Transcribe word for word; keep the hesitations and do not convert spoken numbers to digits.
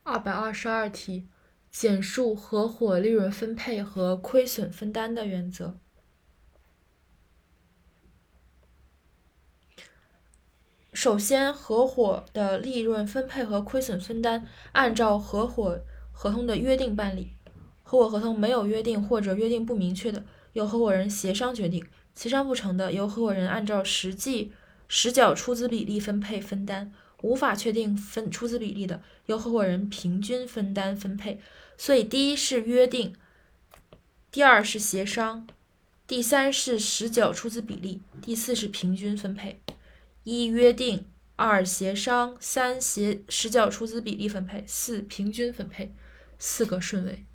二百二十二题，简述合伙利润分配和亏损分担的原则。首先，合伙的利润分配和亏损分担按照合伙合同的约定办理。合伙合同没有约定或者约定不明确的，由合伙人协商决定；协商不成的，由合伙人按照实际实缴出资比例分配分担；无法确定分出资比例的，由合伙人平均分担分配。所以，第一是约定，第二是协商，第三是实缴出资比例，第四是平均分配。一约定，二协商，三协实缴出资比例分配，四平均分配，四个顺位。